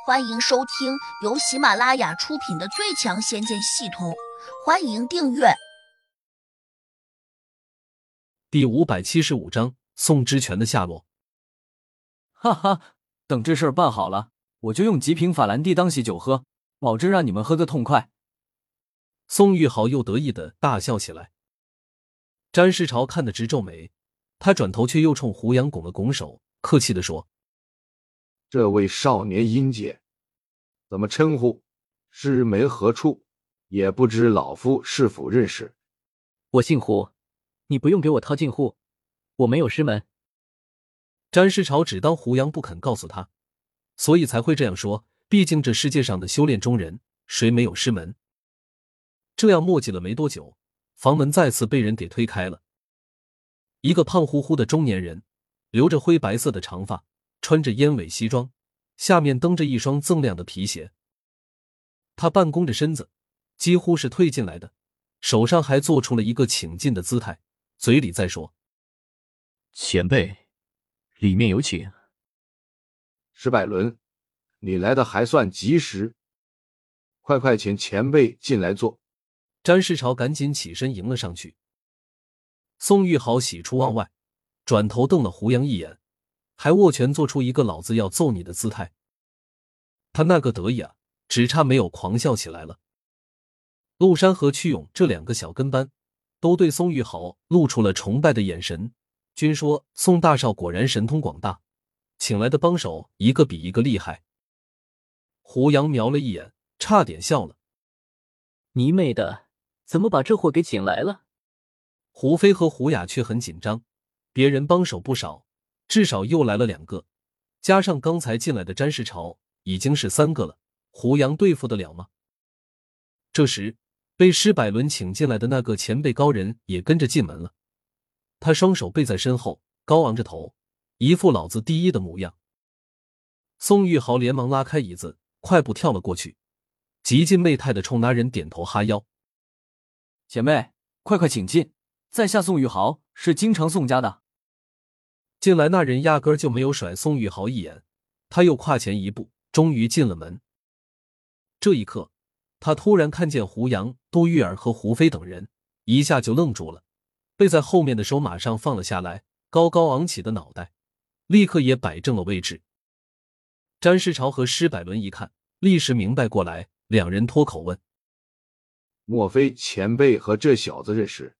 欢迎收听由喜马拉雅出品的《最强仙剑系统》，欢迎订阅。 第575章宋之权的下落。 哈哈，等这事儿办好了，我就用极品法兰地当喜酒喝，保证让你们喝个痛快。 宋玉豪又得意的大笑起来。詹世朝看得直皱眉，他转头却又冲胡杨拱了拱手，客气地说：“ 这位少年英杰，怎么称呼？师门何处？也不知老夫是否认识。” 我姓胡，你不用给我套近乎，我没有师门。 詹世朝只当胡杨不肯告诉他，所以才会这样说，毕竟这世界上的修炼中人，谁没有师门？这样磨叽了没多久，房门再次被人给推开了。一个胖乎乎的中年人，留着灰白色的长发，穿着烟尾西装，下面蹬着一双锃亮的皮鞋。他半弓着身子，几乎是退进来的，手上还做出了一个请进的姿态，嘴里在说：“ 前辈，里面有请。” 石百伦，你来的还算及时，快请前辈进来坐。 詹世朝赶紧起身迎了上去。宋玉豪喜出望外，转头瞪了胡杨一眼，还握拳做出一个老子要揍你的姿态。他那个得意啊，只差没有狂笑起来了。陆山和屈勇这两个小跟班都对宋玉豪露出了崇拜的眼神，均说宋大少果然神通广大，请来的帮手一个比一个厉害。胡杨瞄了一眼，差点笑了：“ 你妹的，怎么把这货给请来了？” 胡飞和胡雅却很紧张，别人帮手不少，至少又来了2个，加上刚才进来的詹世朝，已经是3个了。胡杨对付得了吗？这时，被施百伦请进来的那个前辈高人也跟着进门了。他双手背在身后，高昂着头，一副老子第一的模样。宋玉豪连忙拉开椅子，快步跳了过去，极尽媚态的冲那人点头哈腰：“ 前辈，快请进，在下宋玉豪，是京城宋家的。” 进来那人压根儿就没有甩宋玉豪一眼，他又跨前一步，终于进了门。这一刻，他突然看见胡杨、杜玉儿和胡飞等人，一下就愣住了，背在后面的手马上放了下来，高高昂起的脑袋立刻也摆正了位置。詹世朝和施百伦一看，立时明白过来，两人脱口问：“ 莫非前辈和这小子认识？”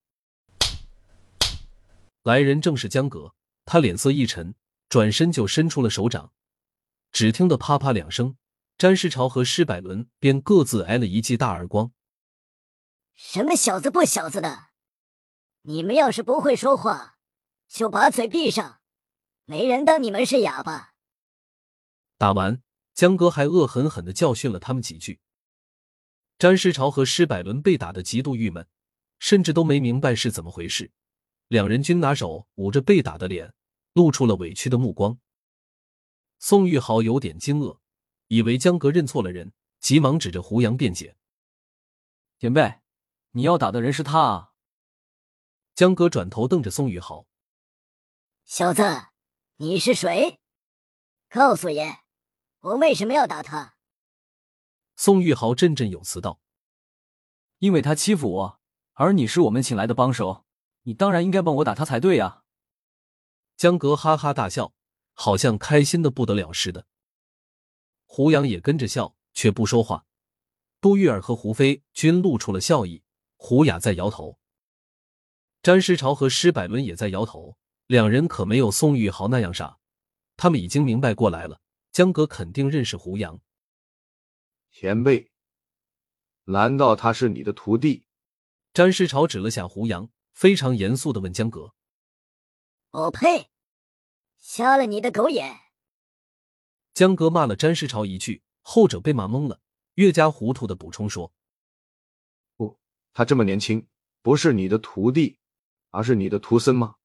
来人正是江革，他脸色一沉，转身就伸出了手掌。只听得啪啪2声，詹世朝和施百伦便各自挨了一记大耳光。 什么小子不小子的，你们要是不会说话，就把嘴闭上，没人当你们是哑巴。 打完，江革还恶狠狠地教训了他们几句。詹世朝和施百伦被打得极度郁闷，甚至都没明白是怎么回事，两人均拿手捂着被打的脸，露出了委屈的目光。宋玉豪有点惊愕，以为江革认错了人，急忙指着胡杨辩解：“ 前辈，你要打的人是他啊。” 江革转头瞪着宋玉豪：“ 小子，你是谁？告诉爷，我为什么要打他？” 宋玉豪振振有词道：“ 因为他欺负我，而你是我们请来的帮手，你当然应该帮我打他才对啊。” 江革哈哈大笑，好像开心的不得了似的。胡杨也跟着笑，却不说话。杜玉儿和胡飞均露出了笑意，胡雅在摇头。詹世朝和施百伦也在摇头，两人可没有宋玉豪那样傻，他们已经明白过来了，江革肯定认识胡杨。 前辈，难道他是你的徒弟？ 詹世朝指了下胡杨，非常严肃地问江革：“ 我呸！瞎了你的狗眼！” 江革骂了詹世朝一句，后者被骂懵了，越加糊涂地补充说：“ 不，他这么年轻，不是你的徒弟，而是你的徒孙吗？”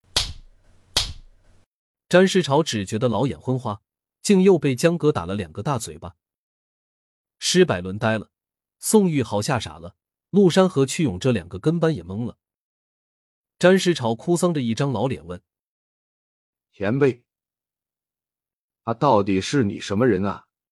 詹世朝只觉得老眼昏花，竟又被江革打了2个大嘴巴。施百伦呆了，宋玉豪吓傻了，陆山和屈勇这2个跟班也懵了。詹世朝哭丧着一张老脸问：“ 前辈，他到底是你什么人啊？”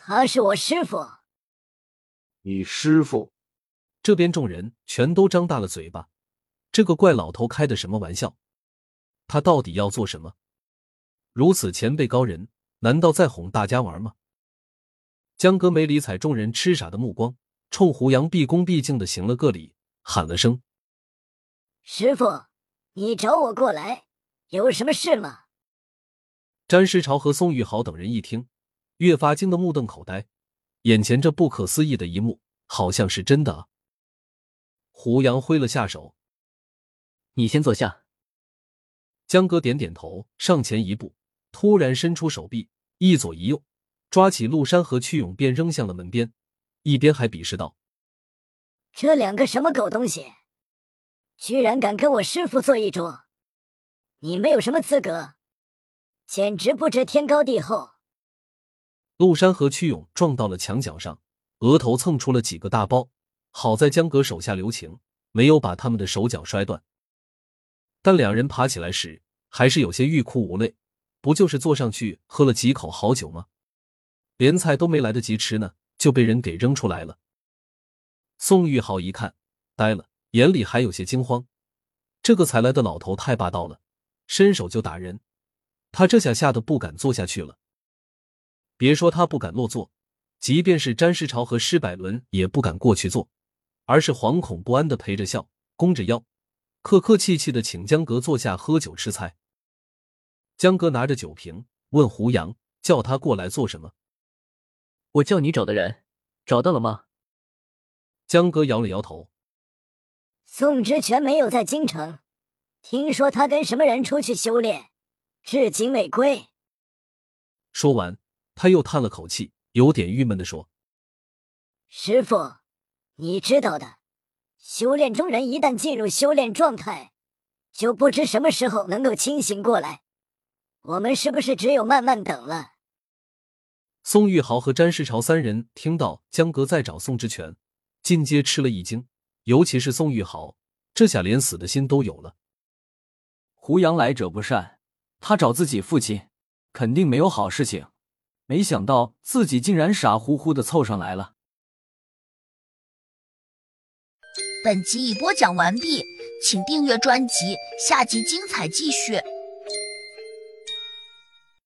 他是我师傅。 你师傅？ 这边众人全都张大了嘴巴，这个怪老头开的什么玩笑？他到底要做什么？如此前辈高人，难道在哄大家玩吗？江哥没理睬众人痴傻的目光，冲胡杨毕恭毕敬地行了个礼，喊了声：“ 师傅，你找我过来，有什么事吗？” 詹师朝和宋玉豪等人一听，越发惊得目瞪口呆，眼前这不可思议的一幕，好像是真的啊！胡杨挥了下手：“ 你先坐下。” 江哥点点头，上前一步，突然伸出手臂，一左一右抓起陆山和屈勇便扔向了门边，一边还鄙视道：“ 这两个什么狗东西，居然敢跟我师傅坐一桌，你们有什么资格？简直不知天高地厚！” 陆山和屈勇撞到了墙角上，额头蹭出了几个大包，好在江哥手下留情，没有把他们的手脚摔断。但两人爬起来时还是有些欲哭无泪，不就是坐上去喝了几口好酒吗？连菜都没来得及吃呢，就被人给扔出来了。宋玉豪一看呆了，眼里还有些惊慌，这个才来的老头太霸道了，伸手就打人，他这下吓得不敢坐下去了。别说他不敢落座，即便是詹世朝和施百伦也不敢过去坐，而是惶恐不安地陪着笑，弓着腰，客客气气地请江哥坐下喝酒吃菜。江哥拿着酒瓶问胡杨，叫他过来做什么？ 我叫你找的人，找到了吗？ 江哥摇了摇头。 宋之权没有在京城，听说他跟什么人出去修炼，至今未归。 说完，他又叹了口气，有点郁闷地说：“ 师傅，你知道的，修炼中人一旦进入修炼状态，就不知什么时候能够清醒过来。我们是不是只有慢慢等了？” 宋玉豪和詹世朝三人听到江哥在找宋之权，尽皆吃了一惊，尤其是宋玉豪，这下连死的心都有了。 胡杨来者不善，他找自己父亲，肯定没有好事情，没想到自己竟然傻乎乎的凑上来了。 本集已播讲完毕，请订阅专辑，下集精彩继续。